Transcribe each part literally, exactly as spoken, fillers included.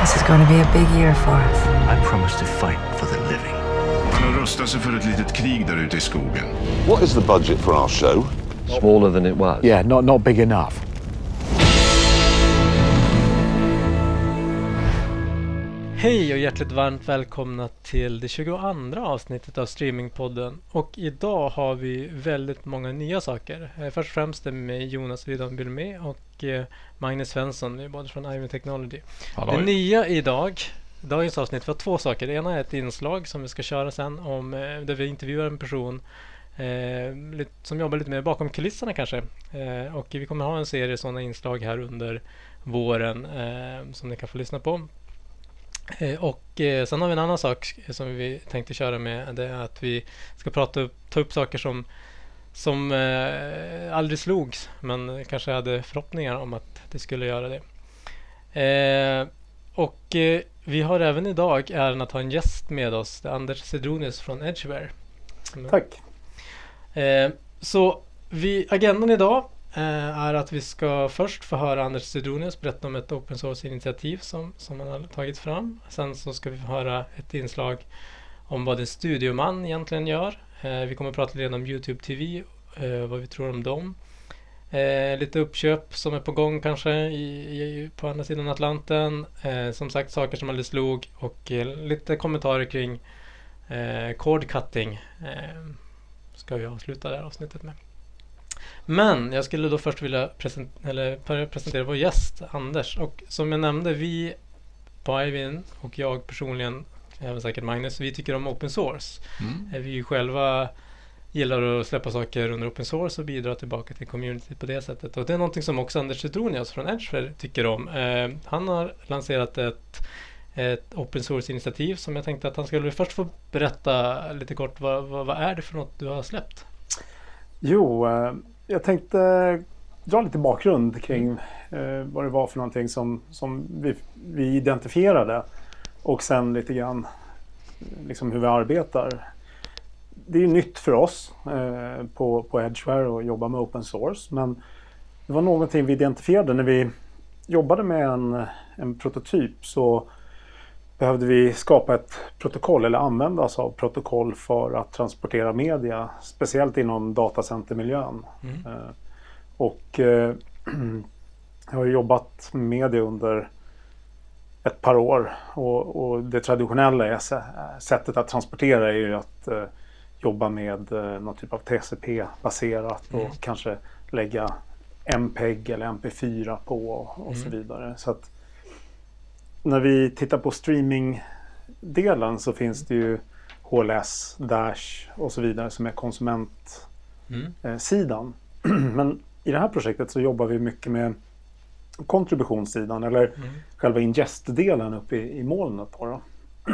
This is going to be a big year for us. I promise to fight for the living. Han har rustat sig för ett litet krig där ute i skogen. What is the budget for our show? Smaller than it was. Yeah, not not big enough. Hej och hjärtligt varmt välkomna till det tjugoandra avsnittet av Streamingpodden. Och idag har vi väldigt många nya saker. Eh, först och främst är med Jonas Widon Bylme och eh, Magnus Svensson, vi är båda från Ivy Technology. Hallå. Det nya idag, dagens avsnitt var två saker. Det ena är ett inslag som vi ska köra sen om, eh, där vi intervjuar en person eh, lite, som jobbar lite mer bakom kulisserna kanske. Eh, och vi kommer ha en serie sådana inslag här under våren eh, som ni kan få lyssna på. Eh, och eh, sen har vi en annan sak som vi tänkte köra med. Det är att vi ska prata upp, ta upp saker som, som eh, aldrig slogs, men kanske hade förhoppningar om att det skulle göra det. Eh, och eh, vi har även idag äran att ha en gäst med oss. Det är Anders Cedronius från Edgeware. Tack. Eh, så vi, agendan idag är att vi ska först få höra Anders Cedronius berätta om ett open source-initiativ som, som han har tagit fram. Sen så ska vi få höra ett inslag om vad en studioman egentligen gör. Eh, vi kommer att prata lite om YouTube T V, eh, vad vi tror om dem. Eh, lite uppköp som är på gång kanske i, i, på andra sidan Atlanten. Eh, som sagt, saker som aldrig slog och eh, lite kommentarer kring eh, cord cutting. Eh, ska vi avsluta det här avsnittet med. Men jag skulle då först vilja present- eller presentera vår gäst Anders, och som jag nämnde, vi på Ivy och jag personligen, även säkert Magnus, vi tycker om open source. Mm. Vi själva gillar att släppa saker under open source och bidra tillbaka till community på det sättet, och det är någonting som också Anders Cedronius från Edgeware tycker om. Eh, han har lanserat ett, ett open source initiativ som jag tänkte att han skulle först få berätta lite kort, vad, vad, vad är det för något du har släppt? Jo, eh, jag tänkte dra lite bakgrund kring eh, vad det var för någonting som, som vi, vi identifierade, och sen lite grann liksom hur vi arbetar. Det är nytt för oss eh, på, på Edgeware att jobba med open source, men det var någonting vi identifierade när vi jobbade med en, en prototyp. Så behövde vi skapa ett protokoll eller använda oss av protokoll för att transportera media, speciellt inom datacentermiljön. Mm. Eh, och eh, jag har jobbat med media under ett par år, och, och det traditionella är, sättet att transportera är ju att eh, jobba med eh, någon typ av T C P-baserat och mm. kanske lägga M P E G eller M P fyra på och, och mm. så vidare. Så att när vi tittar på streamingdelen så finns det ju H L S, Dash och så vidare som är konsumentsidan. Mm. Men i det här projektet så jobbar vi mycket med kontributionssidan, eller mm. själva ingest-delen uppe i, i molnet på då.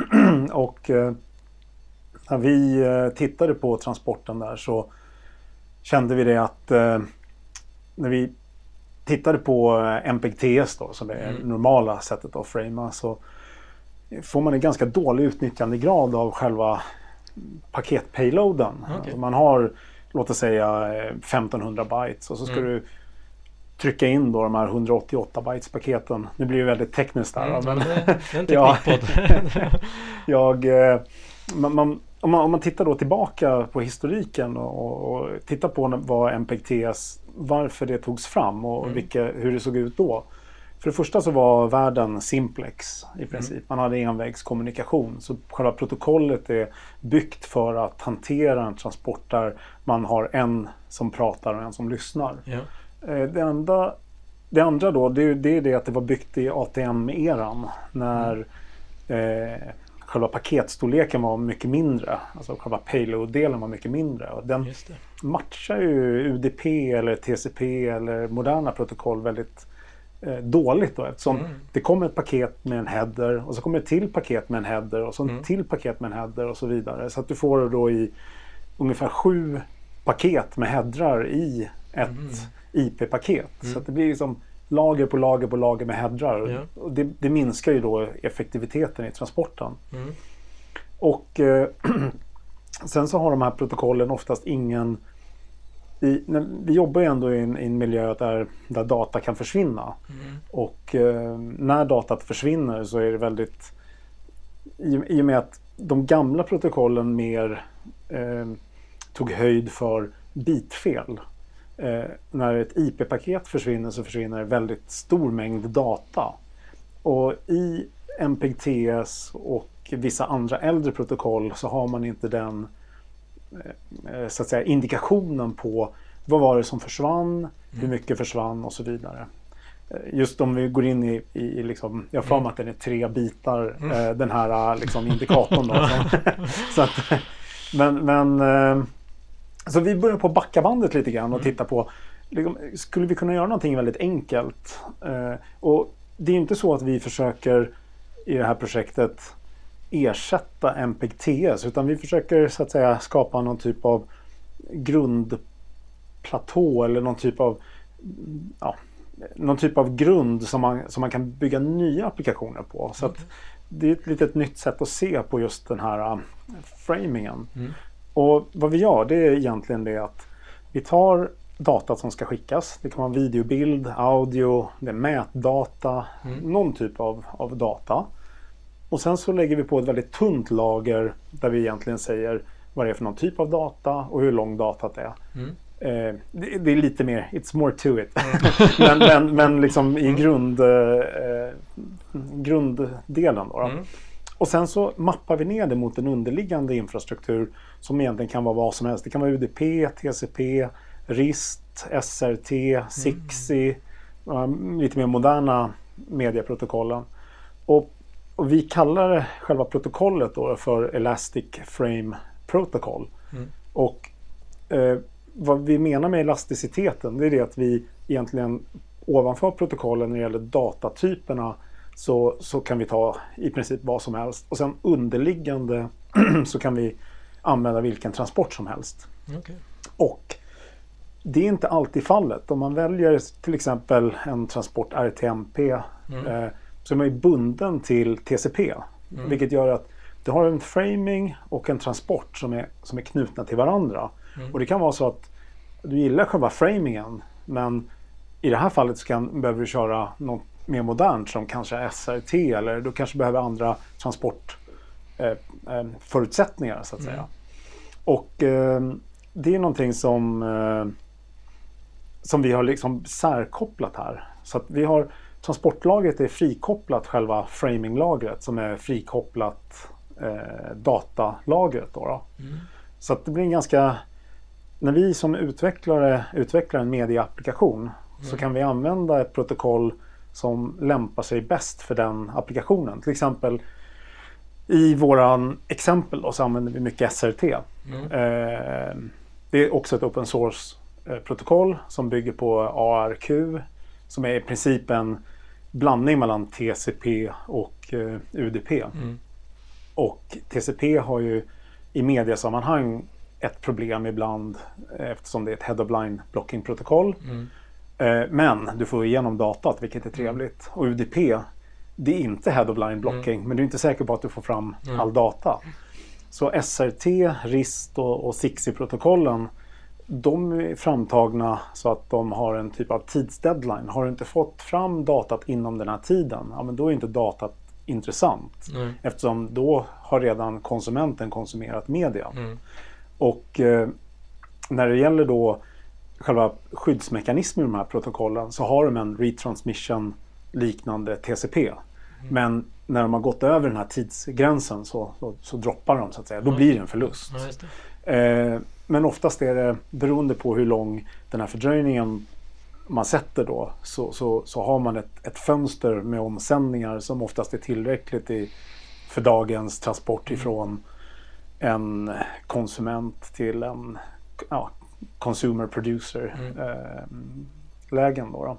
Och eh, när vi eh, tittade på transporten där så kände vi det att eh, när vi tittade på M P E G T S då, som är det mm. normala sättet att framea, så får man en ganska dålig utnyttjandegrad av själva paketpayloaden. Okay. Alltså man har, låt oss säga femtonhundra bytes, och så ska mm. du trycka in då de här hundraåttioåtta bytes paketen. Nu blir det väldigt tekniskt där. Mm, men det är en teknikpodd. jag, man, man, om, man, om man tittar då tillbaka på historiken och, och tittar på vad M P E G T S, varför det togs fram och mm. vilka, hur det såg ut då. För det första så var världen simplex i princip. Mm. Man hade envägskommunikation. Så själva protokollet är byggt för att hantera en transport där man har en som pratar och en som lyssnar. Ja. Det, enda, det andra då, det, det är det att det var byggt i A T M-eran när mm. eh, själva paketstorleken var mycket mindre. Alltså själva payload-delen var mycket mindre. Och den matchar ju U D P eller T C P eller moderna protokoll väldigt eh, dåligt då, eftersom mm. det kommer ett paket med en header och så kommer ett till paket med en header och så en mm. till paket med en header och så vidare. Så att du får då i ungefär sju paket med headrar i ett mm. I P-paket. Mm. Så att det blir liksom lager på lager på lager med headrar. Ja. Och det, det minskar ju då effektiviteten i transporten. Mm. Och eh, sen så har de här protokollen oftast ingen vi, när, vi jobbar ju ändå i en, i en miljö där, där data kan försvinna. Mm. Och eh, när datat försvinner så är det väldigt, i, i och med att de gamla protokollen mer eh, tog höjd för bitfel. Eh, när ett I P-paket försvinner så försvinner en väldigt stor mängd data. Och i M P T S och vissa andra äldre protokoll så har man inte den eh, så att säga indikationen på vad var det som försvann, mm. hur mycket försvann och så vidare. Just om vi går in i, i liksom, jag får mm. att den är tre bitar, mm. eh, den här liksom, indikatorn. Då, så. så att, men, men eh, så vi börjar på backa bandet lite grann och mm. titta på, liksom, skulle vi kunna göra någonting väldigt enkelt? Eh, och det är inte så att vi försöker i det här projektet ersätta M P T S, utan vi försöker så att säga skapa någon typ av grundplatå eller någon typ av ja, någon typ av grund som man, som man kan bygga nya applikationer på. Så att det är ett litet nytt sätt att se på just den här uh, framingen. Mm. Och vad vi gör, det är egentligen det att vi tar data som ska skickas. Det kan vara videobild, audio, det är mätdata, mm. någon typ av, av data. Och sen så lägger vi på ett väldigt tunt lager där vi egentligen säger vad det är för någon typ av data och hur lång datat är. Mm. Eh, det, det är lite mer, it's more to it. Mm. men, men, men liksom i grund, eh, grunddelen då. då. Mm. Och sen så mappar vi ner det mot en underliggande infrastruktur som egentligen kan vara vad som helst. Det kan vara U D P, T C P, RIST, S R T, SIGSI, mm. lite mer moderna medieprotokollen. Och, och vi kallar själva protokollet då för Elastic Frame Protocol. Mm. Och eh, vad vi menar med elasticiteten, det är det att vi egentligen ovanför protokollen när det gäller datatyperna så, så kan vi ta i princip vad som helst. Och sen underliggande så kan vi använda vilken transport som helst. Okay. Och det är inte alltid fallet. Om man väljer till exempel en transport R T M P mm. eh, så är man ju bunden till T C P. Mm. Vilket gör att du har en framing och en transport som är, som är knutna till varandra. Mm. Och det kan vara så att du gillar själva framingen, men i det här fallet så kan, behöver du köra något mer modernt som kanske S R T, eller du kanske behöver andra transportförutsättningar eh, så att säga. Mm. Och eh, det är någonting som, eh, som vi har liksom särkopplat här. Så att vi har transportlagret är frikopplat själva framinglagret som är frikopplat eh, datalagret. Då, då. Mm. Så att det blir en ganska... När vi som utvecklare utvecklar en medieapplikation mm. så kan vi använda ett protokoll som lämpar sig bäst för den applikationen. Till exempel i våran exempel då, så använder vi mycket S R T. Mm. Eh, det är också ett open source eh, protokoll som bygger på A R Q som är i princip en blandning mellan T C P och eh, U D P. Mm. Och T C P har ju i mediesammanhang ett problem ibland eftersom det är ett head-of-line blocking-protokoll. Mm. Eh, men du får igenom datat, vilket är trevligt. Och U D P, det är inte head-of-line blocking, mm. men du är inte säker på att du får fram mm. all data. Så S R T, RIST och, och SIGSI-protokollen, de är framtagna så att de har en typ av tidsdeadline. Har du inte fått fram datat inom den här tiden, ja, men då är inte datat intressant. Mm. Eftersom då har redan konsumenten konsumerat media. Mm. Och eh, när det gäller då själva skyddsmekanismen i de här protokollen så har de en retransmission liknande T C P. Mm. Men när de har gått över den här tidsgränsen så, så, så droppar de så att säga. Då mm. blir det en förlust. Mm, just det. Eh, men oftast är det beroende på hur lång den här fördröjningen man sätter då så, så, så har man ett, ett fönster med omsändningar som oftast är tillräckligt i, för dagens transport ifrån en konsument till en ja, consumer producer mm. eh, lägen då, då.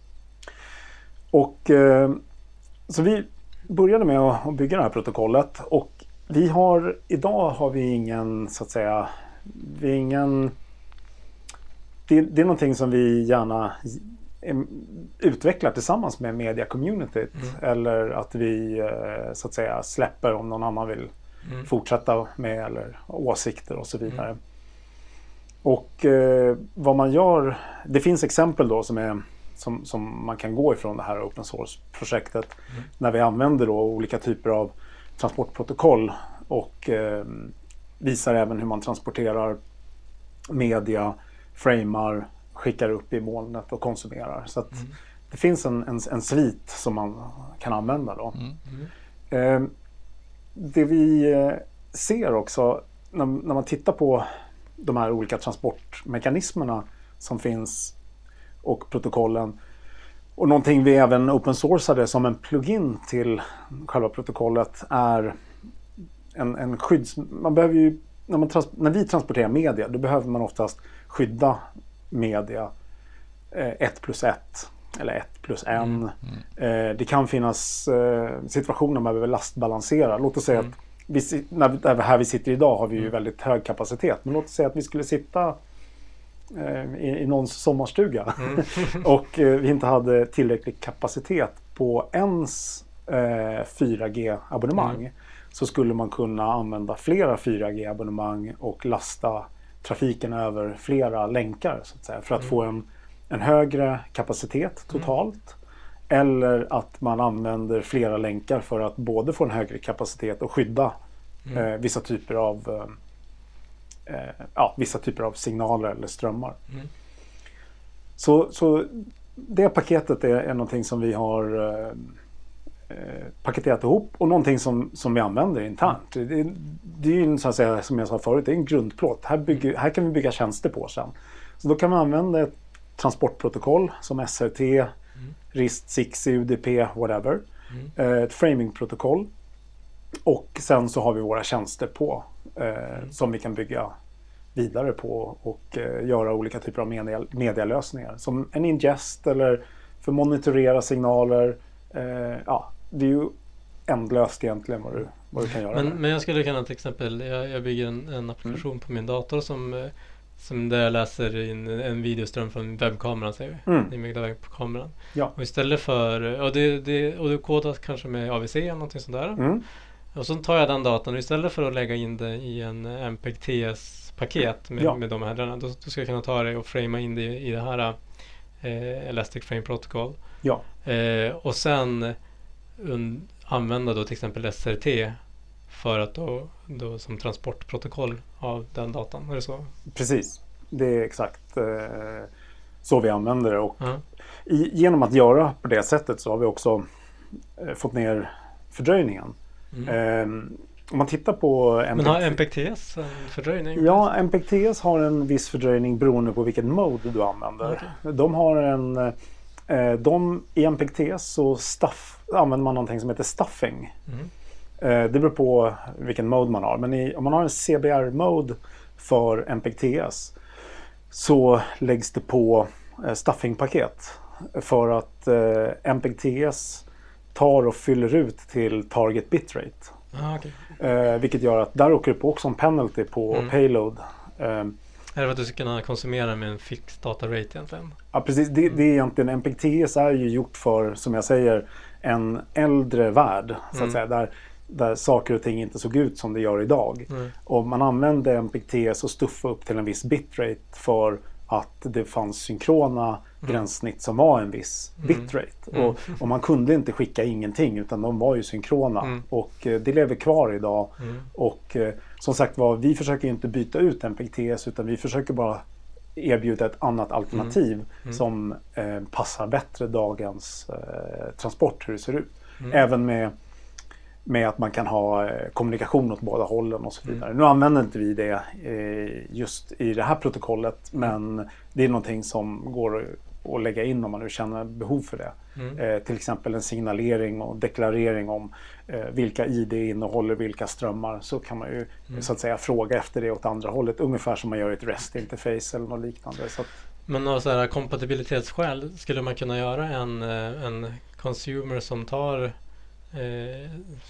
Och eh, så vi började med att, att bygga det här protokollet och vi har idag har vi ingen så att säga vi är ingen det, det är någonting som vi gärna utvecklar tillsammans med media communityt mm. eller att vi eh, så att säga släpper om någon annan vill Mm. fortsätta med eller åsikter och så vidare. Och eh, vad man gör, det finns exempel då som, är, som, som man kan gå ifrån det här open source-projektet mm. när vi använder då olika typer av transportprotokoll och eh, visar även hur man transporterar media, framar, skickar upp i molnet och konsumerar. Så att mm. det finns en, en, en svit som man kan använda då. Mm. Mm. Eh, det vi eh, ser också när, när man tittar på de här olika transportmekanismerna som finns och protokollen. Och någonting vi även open sourcade som en plugin till själva protokollet är en, en skydds... Man behöver ju, när, man trans, när vi transporterar media, då behöver man oftast skydda media eh, ett plus ett eller ett plus en. Mm. Mm. Eh, det kan finnas eh, situationer man behöver lastbalansera. Låt oss säga mm. att vi, när, här vi sitter idag har vi ju mm. väldigt hög kapacitet. Men låt oss säga att vi skulle sitta eh, i, i någons sommarstuga mm. och eh, vi inte hade tillräcklig kapacitet på ens eh, fyra G-abonnemang. Mm. Så skulle man kunna använda flera fyra G-abonnemang och lasta trafiken över flera länkar så att säga, för att mm. få en, en högre kapacitet totalt. Mm. Eller att man använder flera länkar för att både få en högre kapacitet och skydda mm. eh, vissa typer av eh, ja, vissa typer av signaler eller strömmar. Mm. Så, så det paketet är, är någonting som vi har eh, paketerat ihop och någonting som, som vi använder internt. Mm. Det, det är ju så att säga, som jag sa förut, det är en grundplåt. Här, bygger, här kan vi bygga tjänster på sen. Så då kan man använda ett transportprotokoll som S R T, mm. R I S T, S I X I, U D P, whatever. Mm. Ett framingprotokoll. Och sen så har vi våra tjänster på eh, mm. som vi kan bygga vidare på och eh, göra olika typer av media, medialösningar. Som en ingest eller för att monitorera signaler. Eh, ja, det är ju ändlöst egentligen vad du, vad du kan göra. Men, men jag skulle kunna till exempel, jag, jag bygger en, en applikation mm. på min dator som, som där jag läser in en videoström från webbkameran, säger vi. Mm. I webbkameran. Ja. Och istället för, och det, det, och det kodas kanske med A V C eller någonting sånt där. Mm. Och så tar jag den datan och istället för att lägga in det i en M P T S-paket med, ja. med de här, då, då ska jag kunna ta det och framea in det i, i det här eh, Elastic Frame Protocol. Ja. Eh, och sen und- använda då till exempel S R T för att då, då som transportprotokoll av den datan. Är det så? Precis. Det är exakt eh, så vi använder det. Och uh-huh. i, genom att göra på det sättet så har vi också eh, fått ner fördröjningen. Mm. Eh, om man tittar på M P T S... Men har M P T S en fördröjning? Ja, M P T S har en viss fördröjning beroende på vilken mode du använder. Okay. De har en... Eh, de, I M P T S så stuff, använder man någonting som heter stuffing. Mm. Eh, det beror på vilken mode man har. Men i, om man har en C B R-mode för M P T S så läggs det på eh, stuffing-paket. För att eh, M P T S tar och fyller ut till target bitrate. Ah, okay. eh, vilket gör att där åker det på också en penalty på mm. payload. Eh, Är det för att du ska kunna konsumera med en fix data rate egentligen? Ja, precis. Det, det är egentligen, M P T S är ju gjort för, som jag säger, en äldre värld. Så att mm. säga, där, där saker och ting inte såg ut som det gör idag. Mm. Och man använde M P T S och stuffa upp till en viss bitrate för att det fanns synkrona mm. gränssnitt som var en viss mm. bitrate. Mm. Och, och man kunde inte skicka ingenting utan de var ju synkrona. Mm. Och eh, det lever kvar idag. Mm. Och eh, som sagt var, vi försöker inte byta ut M P T S utan vi försöker bara erbjuda ett annat alternativ mm. Mm. som eh, passar bättre dagens eh, transport, hur det ser ut. Mm. Även med, med att man kan ha eh, kommunikation åt båda hållen och så vidare. Mm. Nu använder inte vi det eh, just i det här protokollet, men det är någonting som går att lägga in om man nu känner behov för det. Mm. Eh, till exempel en signalering och deklarering om eh, vilka I D innehåller vilka strömmar, så kan man ju mm. så att säga fråga efter det åt andra hållet, ungefär som man gör i ett REST-interface eller något liknande. Så att, men av så här kompatibilitetsskäl skulle man kunna göra en, en consumer som tar eh,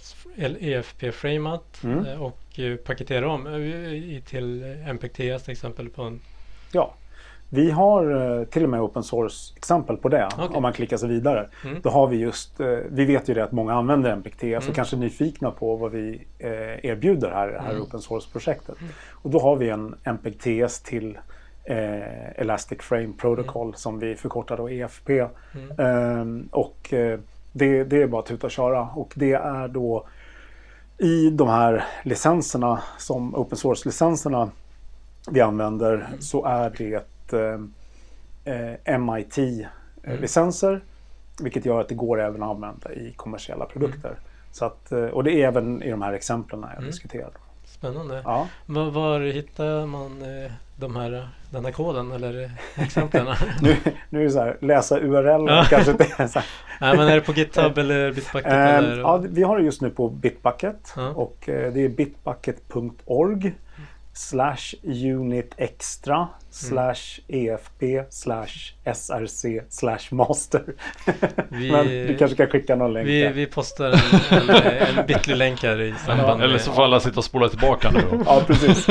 E F P-framat mm. och paketerar om till M P T S till exempel på en... Ja. Vi har till och med open source exempel på det, okay. om man klickar sig vidare. Mm. Då har vi just, vi vet ju det att många använder M P T S mm. och kanske är nyfikna på vad vi erbjuder här i det här mm. open source-projektet. Mm. Och då har vi en M P T S till eh, Elastic Frame Protocol mm. som vi förkortar då E F P. Mm. Eh, och eh, det, det är bara att tuta och köra. Och det är då i de här licenserna, som open source-licenserna vi använder, mm. så är det eh, M I T-licenser, mm. vilket gör att det går även att använda i kommersiella produkter. Mm. Så att, och det är även i de här exemplen jag mm. diskuterar. Spännande. Ja. Var, var hittar man eh, de här, den här koden eller exemplen? nu, nu är det så här, läsa U R L ja. kanske inte är så här. Nej, men är det på GitHub eller Bitbucket? Eh, eller? Ja, vi har det just nu på Bitbucket ja. och eh, det är bitbucket punkt org slash unit extra slash efp slash src slash master. Vi, Men du kanske kan skicka någon länk. Vi, vi postar en, en, en bitly-länk här i samband ja, eller så får alla sitta och spola tillbaka nu då. Ja, precis.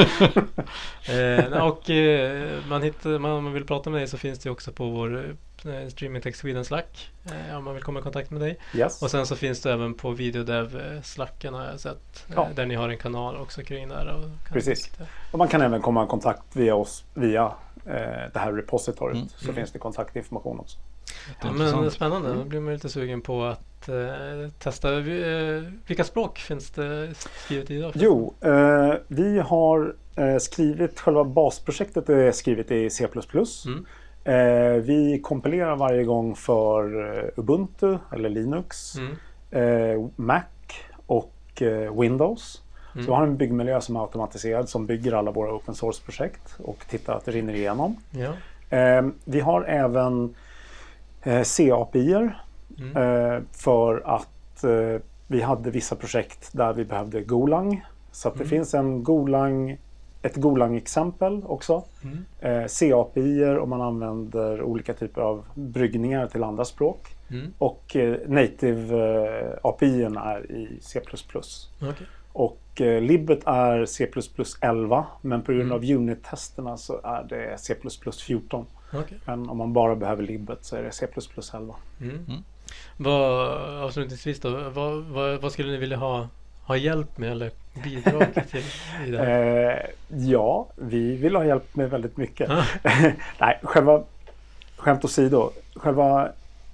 eh, och eh, man hittar, man, om man vill prata med dig så finns det också på vår eh, Streaming Tech Sweden Slack eh, om man vill komma i kontakt med dig. Yes. Och sen så finns det även på Videodev-slacken har jag sett, eh, ja. där ni har en kanal också kring det här. Och precis. Och man kan även komma i kontakt via oss via eh, det här repositoriet mm. så mm. finns det kontaktinformation också. Ja, men spännande, mm. då blir man lite sugen på att eh, testa. Eh, vilka språk finns det skrivet i idag? Jo, eh, vi har eh, skrivit, själva basprojektet är skrivet i C plus plus. Mm. Eh, vi kompilerar varje gång för eh, Ubuntu eller Linux, mm. eh, Mac och eh, Windows. Mm. Så vi har en byggmiljö som är automatiserad som bygger alla våra open source-projekt och tittar att det rinner igenom. Ja. Eh, vi har även eh, C A P I-er mm. eh, för att eh, vi hade vissa projekt där vi behövde Golang. Så att det mm. finns en Golang, ett Golang-exempel också. Mm. Eh, C A P I-er om man använder olika typer av bryggningar till andra språk. Mm. Och eh, native eh, A P I-en är i C plus plus. Okay. Och eh, libbet är C plus plus elva, men på grund mm. av unit-testerna så är det C plus plus fjorton. Okay. Men om man bara behöver libbet så är det C plus plus elva. Mm. Mm. Vad, avslutningsvis då, vad, vad, vad skulle ni vilja ha, ha hjälp med eller bidrag till i det här? Eh, ja, vi vill ha hjälp med väldigt mycket. Ah. Nej, själva, skämt åsido, själva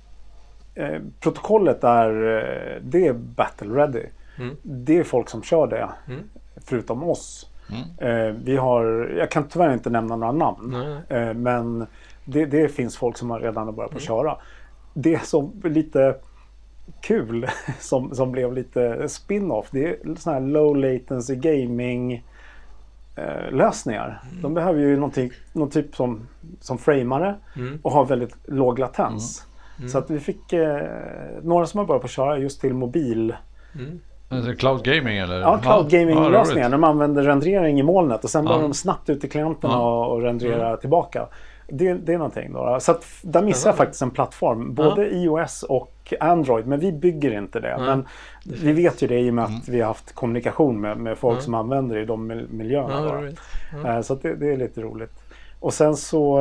eh, protokollet är, det är battle ready. Mm. Det är folk som kör det, mm. förutom oss. Mm. Eh, vi har, jag kan tyvärr inte nämna några namn, eh, men det, det finns folk som har redan börjat på att mm. köra. Det som är lite kul, som, som blev lite spin-off, det är såna här low latency gaming eh, lösningar. Mm. De behöver ju någonting, någon typ som, som framare mm. och har väldigt låg latens. Mm. Mm. Så att vi fick eh, några som har börjat på att köra just till mobil. Mm. Alltså cloud gaming eller? Ja, cloud gaming-lösningar. Ja, de använder rendering i molnet och sen ja. börjar de snabbt ut i klienterna ja. och rendera mm. tillbaka. Det, det är någonting då. Så att där missar jag faktiskt en plattform. Både ja. iOS och Android. Men vi bygger inte det. Ja. Men vi vet ju det i och med att mm. vi har haft kommunikation med, med folk ja. som använder det i de miljöerna. Ja, ja. Så att det, det är lite roligt. Och sen så...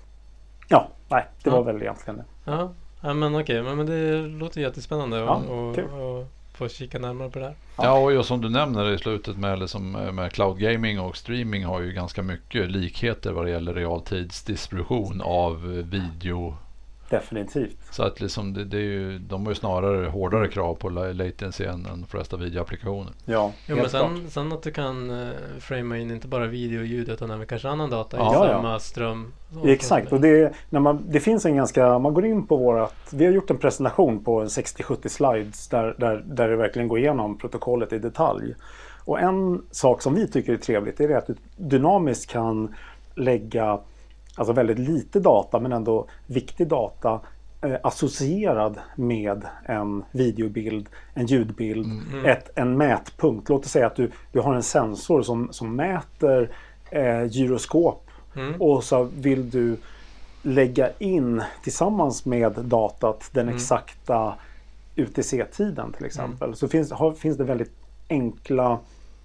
Ja, nej, det ja. var väl egentligen det. Ja, ja men okej. Men, men det låter jättespännande. Och, ja, och, kul. och få kika närmare på det här. Ja, och just som du nämner i slutet med, liksom, med cloud gaming och streaming har ju ganska mycket likheter vad det gäller realtidsdistribution av video. Definitivt. Så att liksom det, det är ju, de har ju snarare hårdare krav på latency än de flesta videoapplikationer. Ja, jo, men sen, sen att du kan uh, framea in inte bara video och ljud utan även kanske annan data ja, i ja. samma ström. Och exakt, och det, när man, det finns en ganska, man går in på vårat, vi har gjort en presentation på en sextio sjuttio slides där, där, där det verkligen går igenom protokollet i detalj. Och en sak som vi tycker är trevligt är det att du dynamiskt kan lägga alltså väldigt lite data men ändå viktig data eh, associerad med en videobild, en ljudbild, mm. ett, en mätpunkt. Låt oss säga att du, du har en sensor som, som mäter eh, gyroskop mm. och så vill du lägga in tillsammans med datat den mm. exakta U T C-tiden till exempel. Mm. Så finns, har, finns det väldigt enkla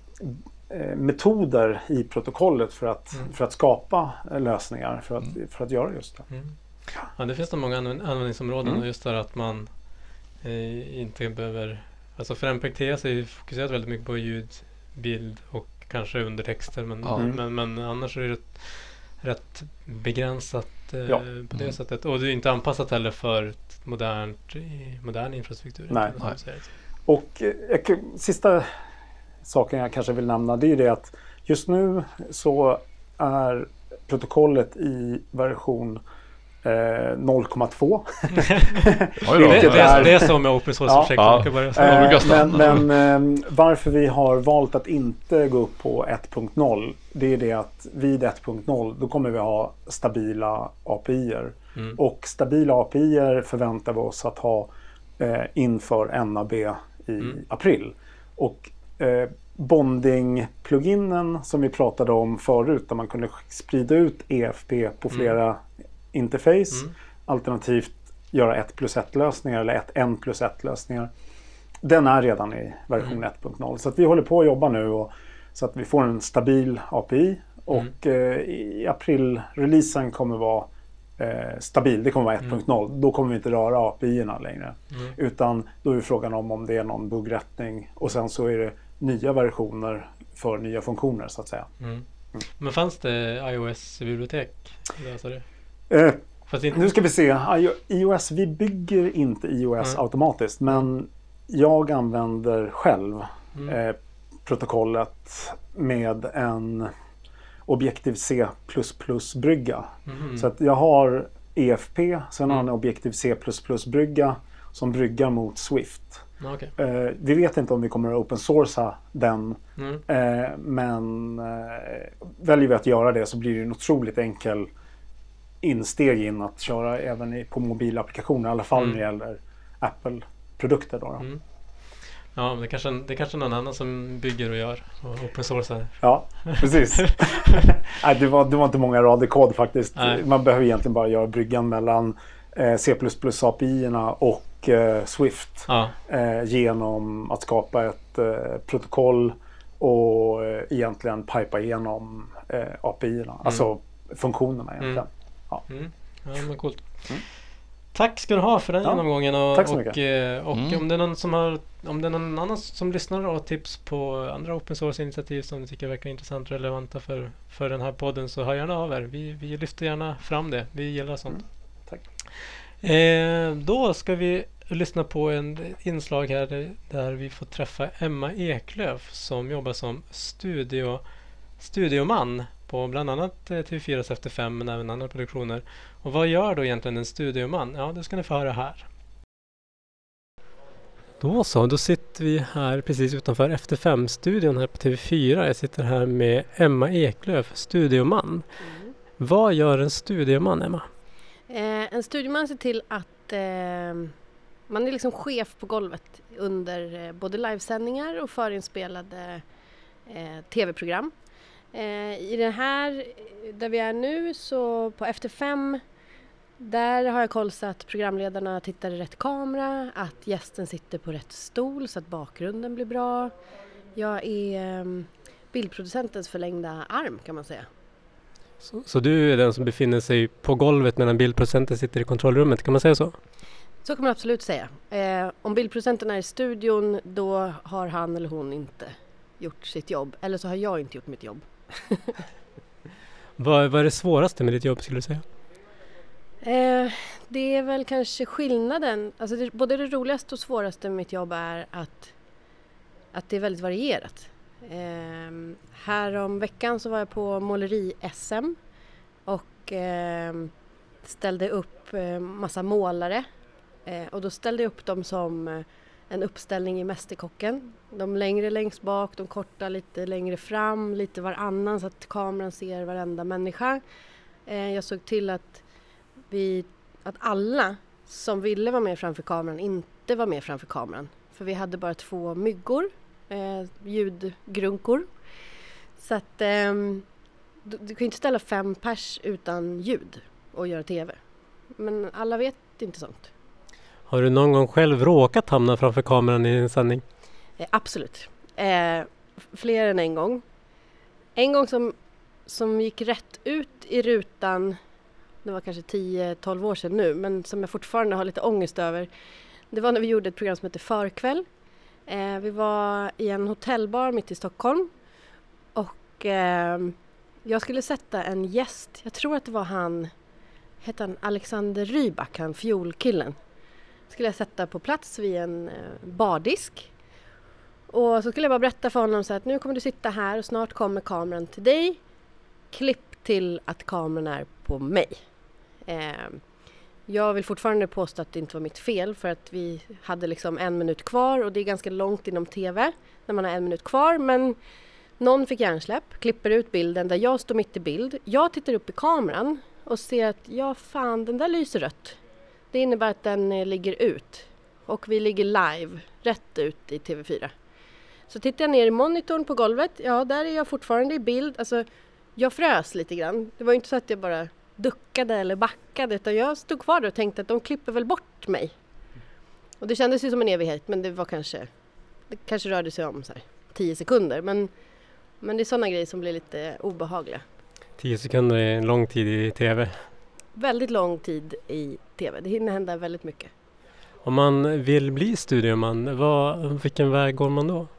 metoder i protokollet för att, mm. för att skapa lösningar för att, mm. för att göra just det. Mm. Ja, det finns det många användningsområden mm. och just där att man eh, inte behöver, alltså för M P T S är ju fokuserat väldigt mycket på ljud, bild och kanske undertexter men, mm. men, men annars är det rätt begränsat eh, Ja. på det Mm. sättet. Och det är inte anpassat heller för ett modernt, i, modern infrastruktur. Nej. Utan så är det- Och eh, sista saken jag kanske vill nämna, det är ju det att just nu så är protokollet i version eh, noll komma två. Oj då. Det, det, Vilket det, är, är- det är så med open source-projekt. Ja. man kan börja Ja, säga. de brukar Eh, stanna. men men eh, varför vi har valt att inte gå upp på ett punkt noll, det är det att vid ett punkt noll då kommer vi ha stabila A P I-er. Mm. Och stabila A P I-er förväntar vi oss att ha eh, inför N A B i Mm. april. Och eh, bonding-pluginen som vi pratade om förut, där man kunde sprida ut E F P på flera interface, Mm. alternativt göra ett plus ett lösningar eller ett en plus ett lösningar. Den är redan i version Mm. ett punkt noll. Så att vi håller på att jobba nu och, så att vi får en stabil A P I. Och eh, i april-releasen kommer vara eh, stabil. Det kommer vara ett punkt noll. Då kommer vi inte röra A P I-erna längre. Mm. Utan då är det frågan om om det är någon buggrättning. Och sen så är det nya versioner för nya funktioner så att säga. Mm. Men fanns det iOS-bibliotek? Det sa du? Eh, Fast inte... Nu ska vi se. iOS, vi bygger inte iOS Mm. automatiskt. Men jag använder själv Mm. eh, protokollet med en Objective-C plus plus-brygga. Mhm. Så att jag har E F P, sen har jag en Mm. Objective-C plus plus-brygga som bryggar mot Swift. Ja, okej. Eh, vi vet inte om vi kommer att open sourca den, Mm. eh, men eh, väljer vi att göra det så blir det en otroligt enkel insteg in att köra även i, på mobilapplikationer, i alla fall Mm. när det gäller Apple-produkter. Då, då. Mm. Ja, men det kanske det är kanske någon annan som bygger och gör och open source. Ja, precis. Nej, det, var, det var inte många rader kod faktiskt. Nej. Man behöver egentligen bara göra bryggan mellan eh, C plus plus A P I-erna och eh, Swift Ja. eh, genom att skapa ett eh, protokoll och eh, egentligen pipa igenom eh, A P I-erna, alltså funktionerna egentligen. Mm. Ja, men coolt. Mm. Tack ska du ha för den Ja, genomgången och, tack så och, mycket. eh, och Mm. om det är någon som har om det är någon annan som lyssnar och har tips på andra open source initiativ som ni tycker verkar intressant och relevanta för, för den här podden, så hör gärna av er. Vi, vi lyfter gärna fram det. Vi gillar sånt. Mm, tack. Eh, då ska vi lyssna på en inslag här där, där vi får träffa Emma Eklöf som jobbar som studio, studioman på bland annat eh, T V fyras Efter fem men även andra produktioner. Och vad gör då egentligen en studioman? Ja, det ska ni få höra här. Då så, då sitter vi här precis utanför Efter fem-studion här på T V fyra. Jag sitter här med Emma Eklöf, studioman. Mm. Vad gör en studioman, Emma? Eh, en studieman ser till att eh, man är liksom chef på golvet under eh, både livesändningar och förinspelade eh, tv-program. Eh, I den här, där vi är nu, så på Efter fem, där har jag koll så att programledarna tittar i rätt kamera, att gästen sitter på rätt stol så att bakgrunden blir bra. Jag är eh, bildproducentens förlängda arm, kan man säga. Så, så du är den som befinner sig på golvet medan bildproducenten sitter i kontrollrummet, kan man säga så? Så kan man absolut säga. Eh, om bildproducenten är i studion, då har han eller hon inte gjort sitt jobb. Eller så har jag inte gjort mitt jobb. Vad, vad är det svåraste med ditt jobb, skulle du säga? Eh, det är väl kanske skillnaden. Alltså det, både det roligaste och svåraste med mitt jobb är att, att det är väldigt varierat. Eh, här om veckan så var jag på måleri-S M och eh, ställde upp eh, massa målare. Eh, och då ställde jag upp dem som eh, en uppställning i Mästerkocken. De längre längst bak, de korta lite längre fram, lite varannan så att kameran ser varenda människa. Eh, jag såg till att, vi, att alla som ville vara med framför kameran inte var med framför kameran. För vi hade bara två myggor, eh, ljudgrunkor. Så att eh, du, du kan inte ställa fem pers utan ljud och göra tv. Men alla vet inte sånt. Har du någon gång själv råkat hamna framför kameran i en sändning? Eh, absolut. Eh, fler än en gång. En gång som, som gick rätt ut i rutan, det var kanske tio tolv år sedan nu, men som jag fortfarande har lite ångest över. Det var när vi gjorde ett program som heter Förkväll. Eh, vi var i en hotellbar mitt i Stockholm. Och eh, jag skulle sätta en gäst. Jag tror att det var han, hette han Alexander Rybak, han fiolkillen. Skulle jag sätta på plats vid en eh, bardisk. Och så skulle jag bara berätta för honom så att nu kommer du sitta här och snart kommer kameran till dig. Klipp till att kameran är på mig. Eh, jag vill fortfarande påstå att det inte var mitt fel för att vi hade liksom en minut kvar och det är ganska långt inom tv när man har en minut kvar, men någon fick hjärnsläpp, klipper ut bilden där jag står mitt i bild. Jag tittar upp i kameran och ser att ja fan, den där lyser rött. Det innebär att den eh, ligger ut och vi ligger live rätt ut i T V fyra. Så tittar jag ner i monitorn på golvet, ja där är jag fortfarande i bild. Alltså jag frös lite grann. Det var ju inte så att jag bara duckade eller backade utan jag stod kvar och tänkte att de klipper väl bort mig. Och det kändes ju som en evighet, men det var kanske, det kanske rörde sig om så här tio sekunder. Men, men det är sådana grejer som blir lite obehagliga. Tio sekunder är en lång tid i tv. Väldigt lång tid i tv. Det hinner hända väldigt mycket. Om man vill bli studioman, vad, vilken väg går man då?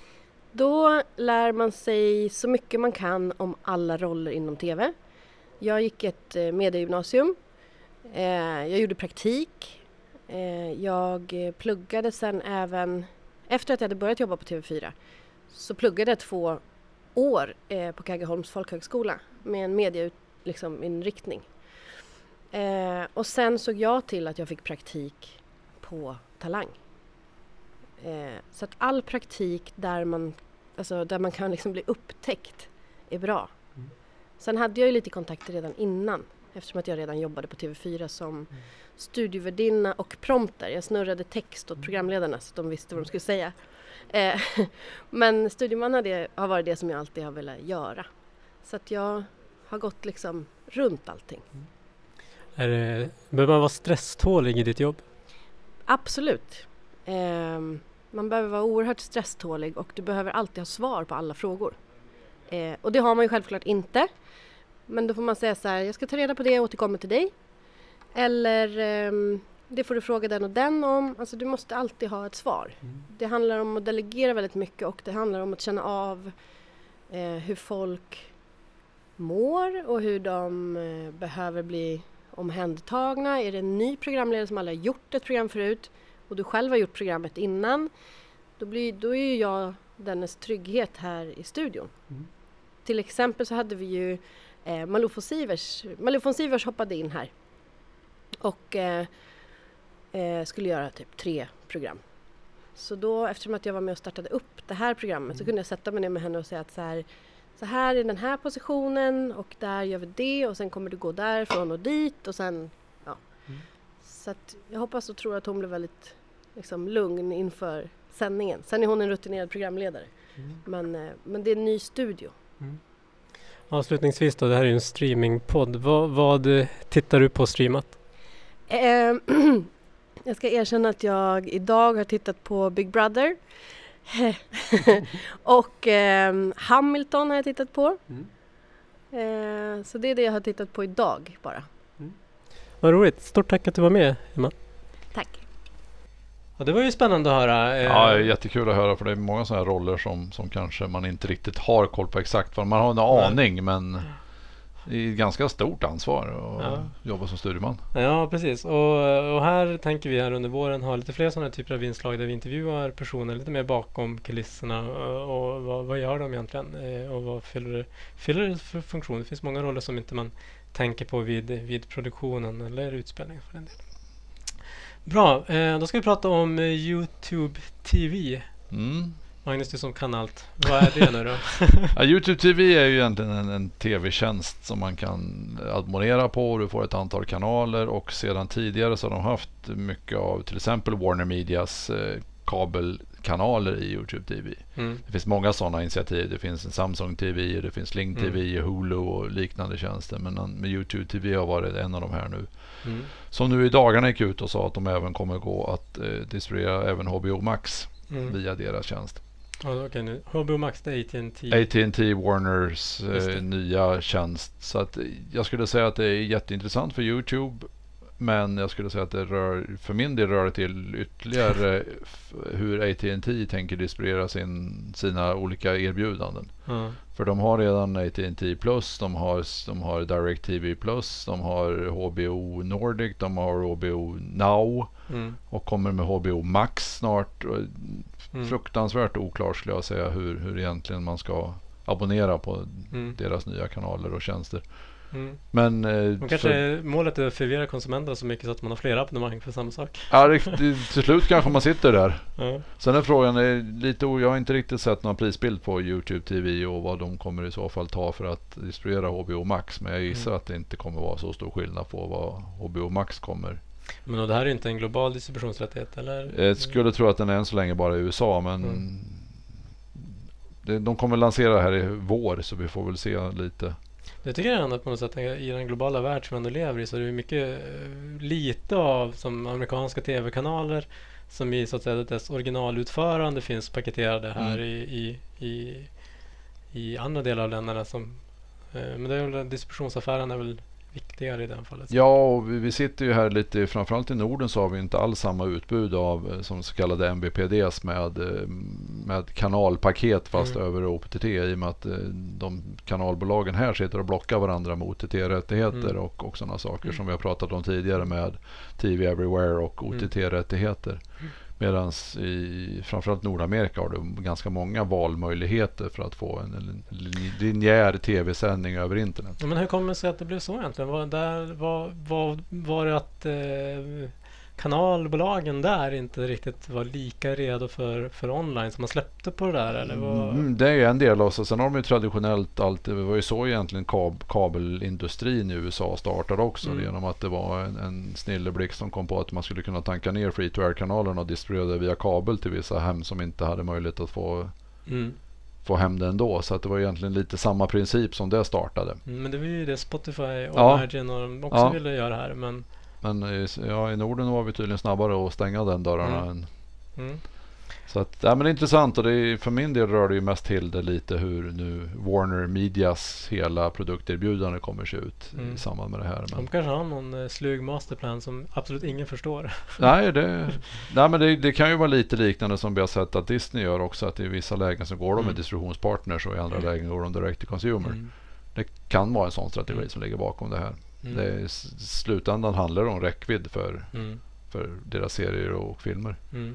Då lär man sig så mycket man kan om alla roller inom tv. Jag gick ett eh, mediegymnasium. Eh, jag gjorde praktik. Eh, jag pluggade sen även, efter att jag hade börjat jobba på T V fyra, så pluggade jag två år eh, på Kaggeholms folkhögskola med en medieinriktning. Liksom, inriktning. eh, och sen såg jag till att jag fick praktik på Talang. Eh, så att all praktik där man, alltså där man kan liksom bli upptäckt är bra. Mm. Sen hade jag ju lite kontakter redan innan eftersom att jag redan jobbade på T V fyra som mm. studievärdinna och prompter. Jag snurrade text åt programledarna så att de visste vad de skulle säga. Eh, men studieman hade, har varit det som jag alltid har velat göra. Så att jag har gått liksom runt allting. Mm. Är det, behöver man vara stresstålig i ditt jobb? Absolut. Eh, man behöver vara oerhört stresstålig och du behöver alltid ha svar på alla frågor. Eh, och det har man ju självklart inte. Men då får man säga så här, jag ska ta reda på det och återkomma till dig. Eller eh, det får du fråga den och den om. Alltså du måste alltid ha ett svar. Mm. Det handlar om att delegera väldigt mycket och det handlar om att känna av eh, hur folk mår och hur de eh, behöver bli omhändertagna. Är det en ny programledare som aldrig har gjort ett program förut och du själv har gjort programmet innan, då, blir, då är ju jag dennes trygghet här i studion. Mm. Till exempel så hade vi ju eh, Malou von Sivers. Malou von Sivers hoppade in här och eh, eh, skulle göra typ tre program. Så då, eftersom att jag var med och startade upp det här programmet, mm. så kunde jag sätta mig ner med henne och säga att så här, så här är den här positionen och där gör vi det och sen kommer du gå därifrån och dit och sen, ja. Mm. Så att jag hoppas och tror att hon blir väldigt liksom, lugn inför sändningen. Sen är hon en rutinerad programledare. Mm. Men, men det är en ny studio. Mm. Avslutningsvis då, det här är ju en streamingpodd. Vad, vad tittar du på streamat? Eh, jag ska erkänna att jag idag har tittat på Big Brother. och eh, Hamilton har jag tittat på. Mm. Eh, så det är det jag har tittat på idag bara. Mm. Vad roligt. Stort tack att du var med, Emma. Tack. Ja, det var ju spännande att höra. Ja, jättekul att höra för det är många sådana här roller som, som kanske man inte riktigt har koll på exakt vad. Man har en aning mm. men det är ett ganska stort ansvar att ja. jobba som studieman. Ja, precis. Och, och här tänker vi här under våren ha lite fler sådana typer av inslag där vi intervjuar personer lite mer bakom kulisserna och, och vad, vad gör de egentligen och vad fyller, fyller det för funktion. Det finns många roller som inte man tänker på vid, vid produktionen eller utspelningen för den delen. Bra, eh, då ska vi prata om eh, YouTube T V. Mm. Magnus, du som kan allt. Vad är det nu då? ja, YouTube T V är ju egentligen en, en tv-tjänst som man kan abonnera på. Du får ett antal kanaler och sedan tidigare så har de haft mycket av till exempel Warner Medias eh, kabelkanaler i YouTube T V. Mm. Det finns många sådana initiativ. Det finns en Samsung T V, det finns Sling T V, mm. Hulu och liknande tjänster. Men med YouTube T V har varit en av de här nu. Mm. Som nu i dagarna gick ut och sa att de även kommer gå att eh, distribuera även H B O Max mm. via deras tjänst. Ja, okay, nu. H B O Max det är A T and T. A T and T Warners eh, nya tjänst. Så att jag skulle säga att det är jätteintressant för YouTube. Men jag skulle säga att det rör, för min del rör det till ytterligare f- hur A T and T tänker distribuera sin, sina olika erbjudanden. Mm. För de har redan A T and T Plus, de har, de har DirecTV Plus, de har H B O Nordic, de har H B O Now Mm. och kommer med H B O Max snart. Mm. Fruktansvärt oklart skulle jag säga hur, hur egentligen man ska abonnera på Mm. deras nya kanaler och tjänster. Mm. Men eh, Och kanske för, målet är att förvirra konsumenterna så mycket så att man har flera abonnemang för samma sak. ja, det, det, till slut kanske man sitter där. Ja. Sen är frågan är lite, jag har inte riktigt sett någon prisbild på YouTube T V och vad de kommer i så fall ta för att distribuera H B O Max, men jag gissar Mm. att det inte kommer vara så stor skillnad på vad H B O Max kommer. Men och det här är inte en global distributionsrättighet, eller? Jag skulle tro att den är än så länge bara i U S A, men Mm. det, de kommer lansera här i vår, så vi får väl se lite. Jag tycker ändå på något sätt i den globala värld som vi ändå lever i så är det mycket eh, lite av som amerikanska tv-kanaler som i så att säga dess originalutförande finns paketerade här Mm. i, i, i, i andra delar av länderna som eh, men det är väl distributionsaffären är väl viktigare i den fallet. Ja, och vi, vi sitter ju här lite, framförallt i Norden så har vi inte alls samma utbud av eh, som så kallade M B P Ds med, eh, med kanalpaket fast Mm. över O T T, i och med att eh, de kanalbolagen här sitter och blockar varandra med O T T-rättigheter Mm. och, och sådana saker Mm. som vi har pratat om tidigare med T V Everywhere och O T T-rättigheter. Medan i framförallt Nordamerika har du ganska många valmöjligheter för att få en, en linjär tv-sändning över internet. Ja, men hur kommer det sig att det blev så egentligen? Var, där, var, var, var det att eh, kanalbolagen där inte riktigt var lika redo för, för online som man släppte på det där? Eller var... Mm, det är en del av så. Sen har de ju traditionellt alltid, det var ju så egentligen kab- kabelindustrin i U S A startade också, Mm. genom att det var en, en snilleblixt som kom på att man skulle kunna tanka ner free-to-air-kanalen och distribuera det via kabel till vissa hem som inte hade möjlighet att få, Mm. få hem det ändå. Så att det var egentligen lite samma princip som det startade. Mm, men det var ju det Spotify och Ja. Imagine och de också Ja. ville göra här. Men, Men i, ja, i Norden var vi tydligen snabbare att stänga den dörrarna Mm. än. mm. Så att, ja, men det är intressant, och det är, för min del rör det ju mest till det lite hur nu Warner Medias hela produkterbjudande kommer se ut Mm. i samband med det här. De Men, kanske har någon eh, slug masterplan som absolut ingen förstår. nej, det, nej, men det, det kan ju vara lite liknande som vi har sett att Disney gör också, att i vissa lägen så går de med Mm. distributionspartners och i andra lägen går de direct to consumer. Mm. Det kan vara en sån strategi Mm. som ligger bakom det här. Mm. Det är, i slutändan handlar det om räckvidd för, Mm. för deras serier och filmer. Mm.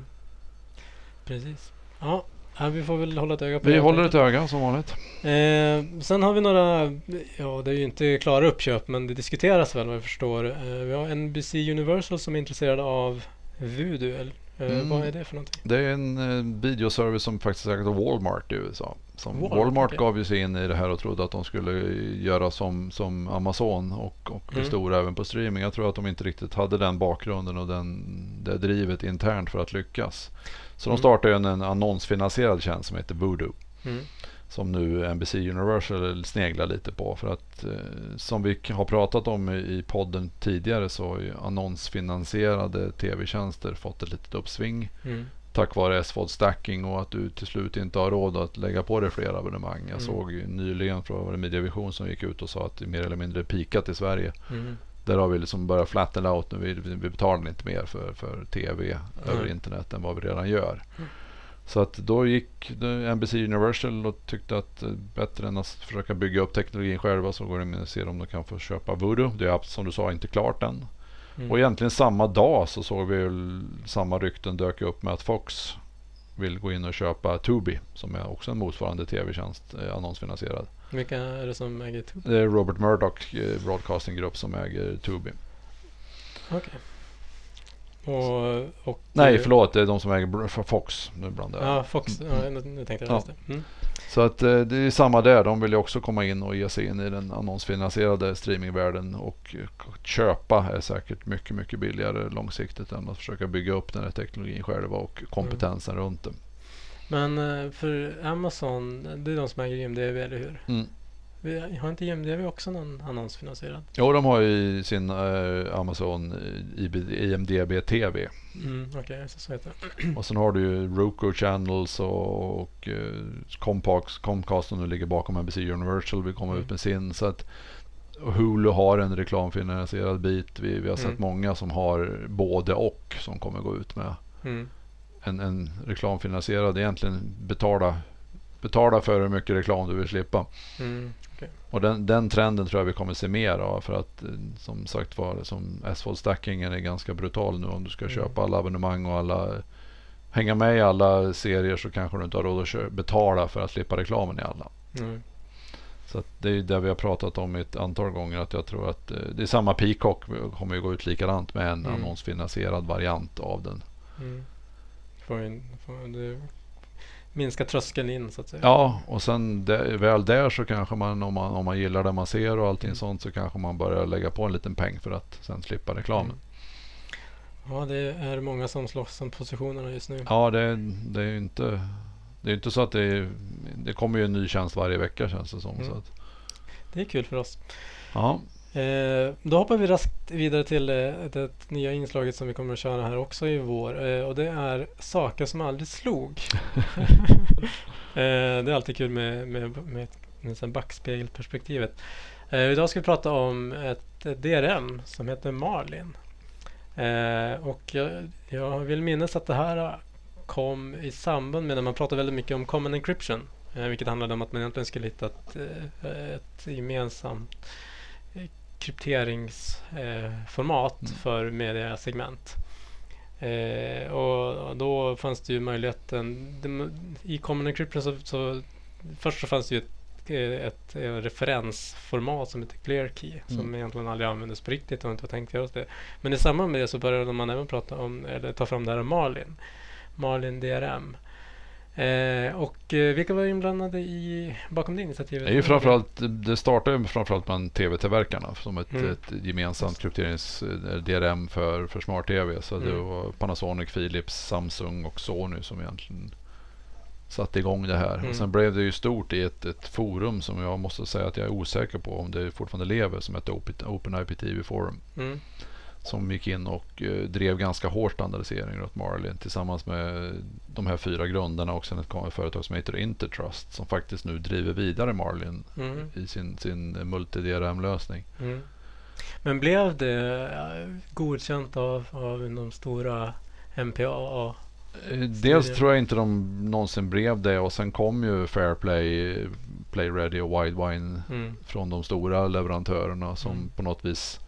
Precis. Ja, ja, vi får väl hålla ett öga på Vi det. håller ett öga som vanligt. Eh, sen har vi några, ja det är ju inte klara uppköp men det diskuteras väl vad jag förstår. Eh, vi har N B C Universal som är intresserade av Vudu. Eller, eh, Mm. Vad är det för någonting? Det är en eh, videoservice som faktiskt ägs av Walmart i U S A. Som Walmart, Walmart okej. gav ju sig in i det här och trodde att de skulle göra som, som Amazon och, och bli Mm. stora även på streaming. Jag tror att de inte riktigt hade den bakgrunden och den, det drivet internt för att lyckas. Så Mm. de startade en, en annonsfinansierad tjänst som heter Vudu. Mm. Som nu N B C Universal sneglar lite på. För att eh, som vi har pratat om i, i podden tidigare så har ju annonsfinansierade tv-tjänster fått ett litet uppsving. Mm. Tack vare S V O D-stacking och att du till slut inte har råd att lägga på dig fler abonnemang. Jag Mm. såg ju nyligen från Mediavision som gick ut och sa att det mer eller mindre pikat i Sverige. Mm. Där har vi liksom börjat flatten out nu. Vi, vi betalar inte mer för, för tv över Mm. internet än vad vi redan gör. Mm. Så att då gick N B C Universal och tyckte att eh, bättre än att försöka bygga upp teknologin själva så går de in och ser om de kan få köpa Vudu. Det är som du sa inte klart än. Mm. Och egentligen samma dag så såg vi ju samma rykten dök upp med att Fox vill gå in och köpa Tubi som är också en motsvarande tv-tjänst, eh, annonsfinansierad. Vilka är det som äger Tubi? Det är Robert Murdoch eh, Broadcasting Group som äger Tubi. Okej. Och, och, Nej, eh, förlåt, det är de som äger Br- Fox. Nu blandar jag. Ja, Fox. Ja, nu, nu tänkte jag Ja. läsa det. Mm. Så att eh, det är samma där. De vill ju också komma in och ge sig in i den annonsfinansierade streamingvärlden och eh, k- köpa är säkert mycket, mycket billigare långsiktigt än att försöka bygga upp den här teknologin själva och kompetensen Mm. runt det. Men eh, för Amazon, det är de som äger I M D B, eller hur? Mm. Vi, har inte I M D B också någon annonsfinansierad? Jo, de har ju sin eh, Amazon eh, I M D B T V. Mm, Okej, okay, så, så heter det. Och sen har du ju Roku Channels och, och eh, Comcast, Comcast som nu ligger bakom N B C Universal vill komma Mm. ut med sin. Så att och Hulu har en reklamfinansierad bit. Vi, vi har sett Mm. många som har både och som kommer gå ut med Mm. en, en reklamfinansierad, egentligen betala, betala för hur mycket reklam du vill slippa. Mm. Okay. Och den, den trenden tror jag vi kommer se mer av, för att eh, som sagt var, som S-fold-stackingen är ganska brutal nu. Om du ska Mm. köpa alla abonnemang och alla hänga med i alla serier, så kanske du inte har råd att kö- betala för att slippa reklamen i alla. Mm. Så att det är det vi har pratat om ett antal gånger, att jag tror att eh, det är samma Peacock kommer ju gå ut likadant med en Mm. annonsfinansierad variant av den. Mm. Får en, får det minska tröskeln in så att säga. Ja, och sen där, väl där så kanske man om, man, om man gillar det man ser och allting Mm. sånt, så kanske man börjar lägga på en liten peng för att sen slippa reklamen. Mm. Ja, det är många som slåss om positionerna just nu. Ja, det, det är ju inte det är inte så att det är, det kommer ju en ny tjänst varje vecka, känns det som. Mm. Så att, Det är kul för oss. ja. Eh, då hoppar vi raskt vidare till eh, det nya inslaget som vi kommer att köra här också i vår. Eh, och det är saker som aldrig slog. eh, det är alltid kul med, med, med, med, med backspegelperspektivet. Eh, idag ska vi prata om ett, ett D R M som heter Marlin. Eh, och jag, jag vill minnas att det här kom i samband med när man pratade väldigt mycket om common encryption. Eh, vilket handlade om att man egentligen skulle hitta ett, eh, ett gemensamt krypteringsformat eh, för mediasegment. Eh, och, och då fanns det ju möjligheten det, i common encryption så, så först så fanns det ju ett, ett, ett referensformat som heter ClearKey mm. som egentligen aldrig användes på riktigt och inte var tänkt göra det. Men i samband med det så började man även prata om eller ta fram det här Marlin. Marlin D R M. Eh, och eh, vilka var inblandade i bakom det initiativet? Det är ju framförallt, det startade framförallt bland tv-tillverkarna som ett, Mm. ett gemensamt krypterings-D R M för, för smart-tv. Så Mm. det var Panasonic, Philips, Samsung och Sony som egentligen satte igång det här. Mm. Och sen blev det ju stort i ett, ett forum som jag måste säga att jag är osäker på om det fortfarande lever, som heter Open, Open I P T V Forum. Mm. Som gick in och eh, drev ganska hård standardisering åt Marlin tillsammans med de här fyra grundarna och sen ett företag som heter Intertrust som faktiskt nu driver vidare Marlin Mm. i sin, sin multi-D R M-lösning. Mm. Men blev det äh, godkänt av, av de stora M P A? Eh, Dels tror jag inte de någonsin blev det, och sen kom ju Fairplay, Play Ready och Widevine Mm. från de stora leverantörerna som Mm. på något vis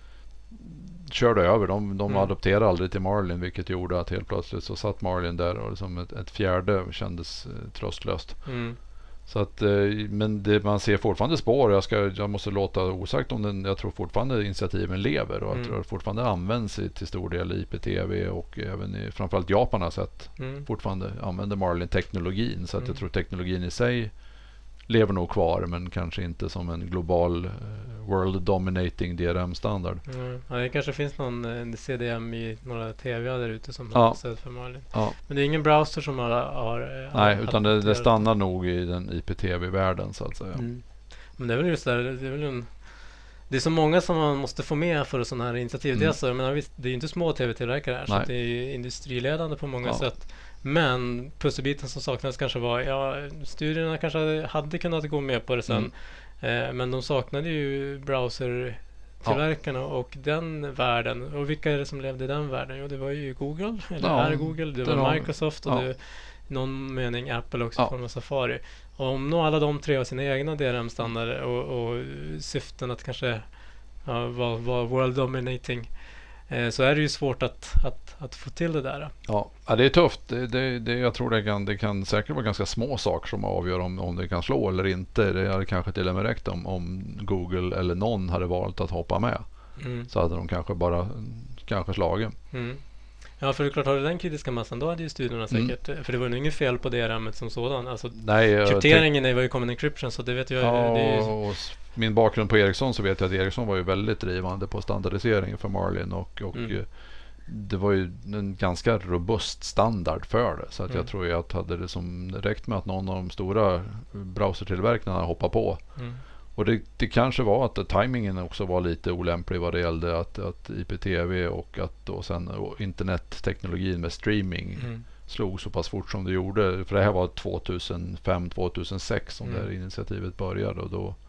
körde över. De, de Mm. adopterade aldrig till Marlin, vilket gjorde att helt plötsligt så satt Marlin där och liksom ett, ett fjärde kändes eh, tröstlöst. Mm. Så att, eh, men det, man ser fortfarande spår. Jag, ska, jag måste låta osagt om den. Jag tror fortfarande initiativen lever och Mm. jag tror fortfarande används i, till stor del i I P T V och även i framförallt Japan har sett Mm. fortfarande använder Marlin-teknologin. Så att Mm. jag tror teknologin i sig lever nog kvar, men kanske inte som en global eh, world dominating D R M-standard. Mm. Ja, det kanske finns någon eh, C D M i några T V där ute som Ja. har stöd för Marlin. Ja. Men det är ingen browser som har... har eh, Nej, har utan det, det adopterat. stannar nog i den I P T V-världen så att säga. Mm. Men det är väl just där, det är väl en... Det är så många som man måste få med för sådana här initiativ. Mm. Det, är alltså, jag menar, visst, det är ju inte små tv-tillverkare här, så Nej. att det är ju industriledande på många Ja. sätt. Men pusselbiten som saknades kanske var, ja, studierna kanske hade, hade kunnat gå med på det sen. Mm. Eh, men de saknade ju browsertillverkarna och den världen. Och vilka är det som levde i den världen? Jo, det var ju Google, eller Ja, är Google, det det var var- Microsoft och ja. det, i någon mening Apple också Ja. från Safari. Och om nu alla de tre har sina egna D R M-standarder och, och syften att kanske ja, vara var world dominating, eh, så är det ju svårt att, att, att få till det där. Ja, ja, det är tufft. Det, det, det, jag tror det kan, det kan säkert vara ganska små saker som avgör om, om det kan slå eller inte. Det hade kanske till och med räckt om, om Google eller någon hade valt att hoppa med. Mm. Så hade de kanske bara kanske slagit. Mm. Ja, för det är klart, har du den kritiska massan, då hade ju studierna Mm. säkert, för det var ju inget fel på D R M som sådan. Alltså, Nej, jag krypteringen är var ju common encryption, så det vet jag. Ja, Det är ju, och s- min bakgrund på Ericsson så vet jag att Ericsson var ju väldigt drivande på standardiseringen för Marlin och, och Mm. eh, det var ju en ganska robust standard för det. Så att Mm. jag tror ju att hade det som räckt med att någon av de stora browsertillverkarna hoppade på. mm. Och det, det kanske var att tajmingen också var lite olämplig vad det gällde att, att I P T V och att och sen och internetteknologin med streaming Mm. slog så pass fort som det gjorde. För det här var tjugohundrafem tjugohundrasex som Mm. det här initiativet började och då,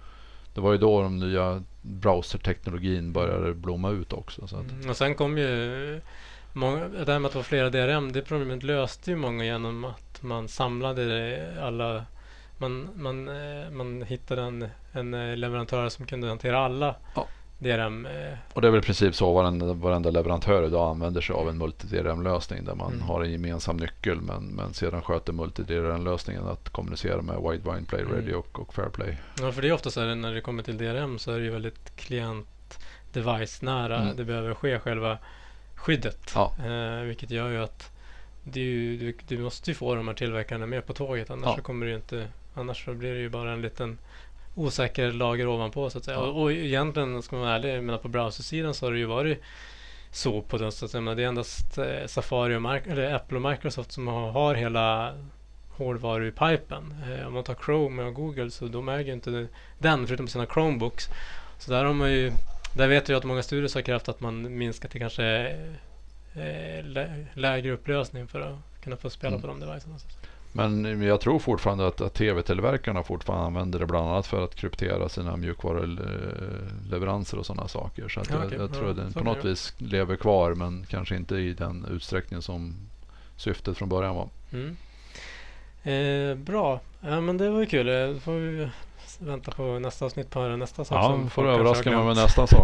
det var ju då de nya browserteknologin började blomma ut också. Så att. Mm. Och sen kom ju många, det här med att det var flera D R M, det problemet löste ju många genom att man samlade alla, man, man, man hittade en, en leverantör som kunde hantera alla ja. D R M. Och det är väl i princip så varenda, varenda leverantör idag använder sig av en multi-D R M-lösning där man mm. har en gemensam nyckel men, men sedan sköter multi-D R M-lösningen att kommunicera med Widevine, Play Ready mm. och, och Fairplay. Ja, för det är ofta så här när det kommer till D R M så är det ju väldigt klient-device-nära. Mm. Det behöver ske själva skyddet. Ja. Eh, vilket gör ju att du, du, du måste ju få de här tillverkarna med på tåget. Annars ja. så kommer det ju inte, annars så blir det ju bara en liten osäker lager ovanpå så att säga. Ja. Och, och egentligen ska man vara ärlig, men på browsersidan så har det ju varit så på den så att säga. Det är endast eh, Safari och Mar- eller Apple och Microsoft som har, har hela hårdvaru i pipen. Eh, om man tar Chrome och Google så de äger ju inte den förutom sina Chromebooks. Så där har man ju, där vet jag att många studier har krävt att man minskar till kanske eh, lä- lägre upplösning för att kunna få spela mm. på de devicerna. Men jag tror fortfarande att, att tv-tillverkarna fortfarande använder det bland annat för att kryptera sina mjukvaruleveranser och sådana saker. Så att ja, jag, okay. jag tror ja, att den på något vis lever kvar men kanske inte i den utsträckning som syftet från början var. Mm. Eh, bra, ja, men det var ju kul. Då får vi vänta på nästa avsnitt på nästa sak. Ja, som får överraska mig med nästa sak.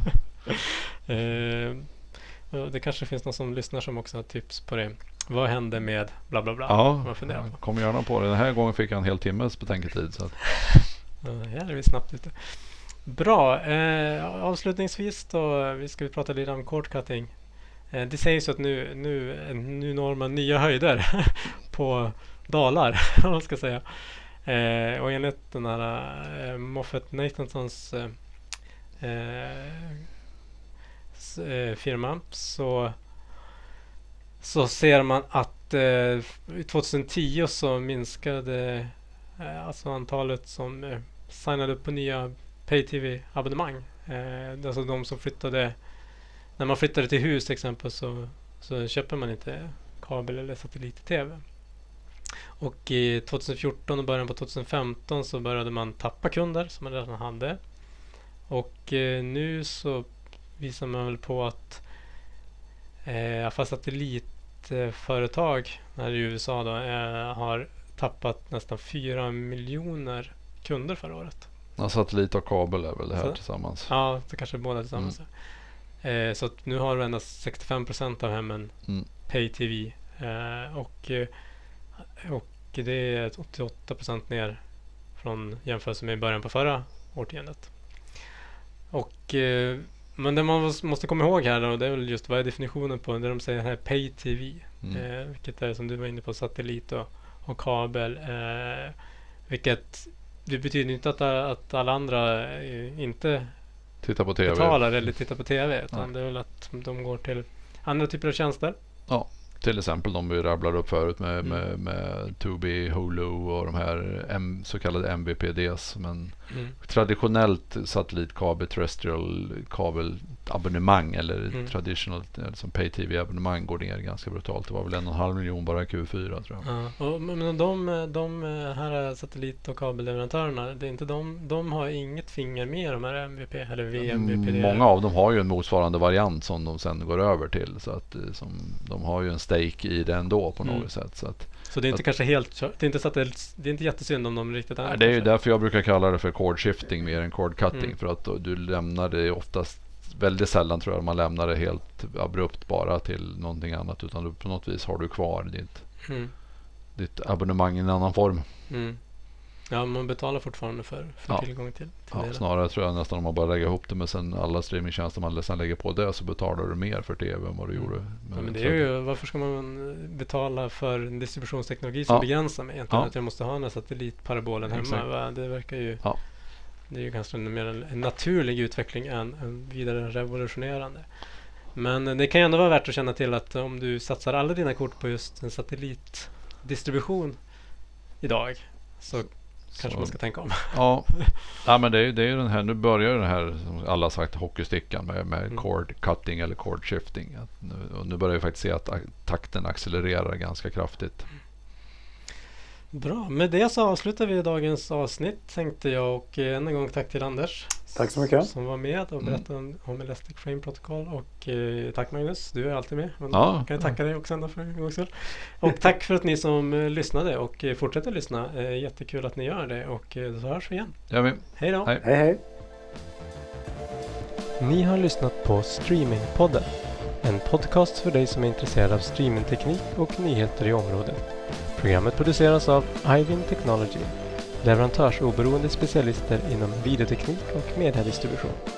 eh, det kanske finns någon som lyssnar som också har tips på det. Vad hände med bla bla bla? Ja, jag kom gärna på det. Den här gången fick jag en hel timmes betänketid. Så att. Ja, här är vi snabbt ute. Bra. Eh, avslutningsvis då, vi ska vi prata lite om cord cutting. Eh, det sägs att nu, nu, nu når man nya höjder på dalar, om man ska säga. Eh, och enligt den här eh, Moffett Nathansons eh, eh, firma så så ser man att eh, tjugohundratio så minskade eh, alltså antalet som eh, signade upp på nya pay-tv-abonnemang. Eh, alltså de som flyttade, när man flyttade till hus till exempel så, så köper man inte kabel- eller satellit-tv. Och i tjugohundrafjorton och början på tjugohundrafemton så började man tappa kunder som man redan hade. Och eh, nu så visar man väl på att eh, fast satellitföretag här i U S A då, eh, har tappat nästan fyra miljoner kunder förra året. Ja, satellit och kabel är väl det här så, tillsammans. Ja, det kanske är båda tillsammans. Mm. Eh, så att nu har endast sextiofem procent av hemmen mm. pay-tv. Eh, och, och det är åttioåtta procent ner från jämförelse med början på förra årtiondet. Och eh, men det man måste komma ihåg här då, det är väl just vad är definitionen på det de säger här pay-tv. Mm. Eh, vilket är som du var inne på, satellit och, och kabel. Eh, vilket det betyder inte att, att alla andra eh, inte tittar på T V. betalar eller tittar på T V. Utan ja. det är väl att de går till andra typer av tjänster. Ja, till exempel de vi rabblade upp förut med, mm. med, med Tubi, Hulu och de här M, så kallade M V P Ds. Men mm. traditionellt satellitkabel, terrestrial kabelabonnemang eller mm. traditional eller som pay-tv-abonnemang går ner ganska brutalt. Det var väl en och en halv miljon bara i Q fyra tror jag. Ja. Och, men de, de här satellit- och kabelleverantörerna, det är inte de, de har inget finger med de här M V P eller V M V P D. Många av dem har ju en motsvarande variant som de sen går över till. Så att som, de har ju en stake i det ändå på något mm. sätt. Så, att, så det är inte att, kanske helt, det är inte så att det, det är inte jättesynd om de riktigt är. Nej, det är ju därför jag brukar kalla det för cord shifting mer än cord cutting. Mm. För att då, du lämnar det oftast, väldigt sällan tror jag man lämnar det helt abrupt bara till någonting annat. Utan du, på något vis har du kvar ditt, mm. ditt abonnemang i en annan form. Mm. Ja, man betalar fortfarande för, för ja. tillgång till, till ja, det. Snarare tror jag nästan om man bara lägger ihop det med sen alla streamingtjänster man sen lägger på det så betalar du mer för tv än vad du mm. gjorde. Ja, men det är ju, varför ska man betala för en distributionsteknologi som ja. begränsar mig egentligen ja. att jag måste ha den här satellitparabolen hemma. Va? Det verkar ju ja. det är ju ganska mer en, en naturlig utveckling än en vidare revolutionerande. Men det kan ju ändå vara värt att känna till att om du satsar alla dina kort på just en satellitdistribution idag så kanske så, man ska tänka om. Ja, ja men det är, det är ju den här, nu börjar den här, som alla sagt, hockeystickan med, med mm. cord cutting eller cord shifting. Att nu, och nu börjar vi faktiskt se att takten accelererar ganska kraftigt. Bra, med det så avslutar vi dagens avsnitt tänkte jag och eh, än en gång tack till Anders. Tack så mycket. Som var med och berättade mm. om Elastic Frame Protocol och eh, tack Magnus, du är alltid med. Men ja. kan jag tacka dig också ända för en gång skull. Och tack för att ni som eh, lyssnade och eh, fortsätter lyssna. Eh, jättekul att ni gör det och eh, så hörs vi igen. Ja, vi. Hej då. Hej. Hej hej. Ni har lyssnat på Streamingpodden. En podcast för dig som är intresserad av streamingteknik och nyheter i området. Programmet produceras av Ivin Technology, leverantörsoberoende specialister inom videoteknik och mediedistribution.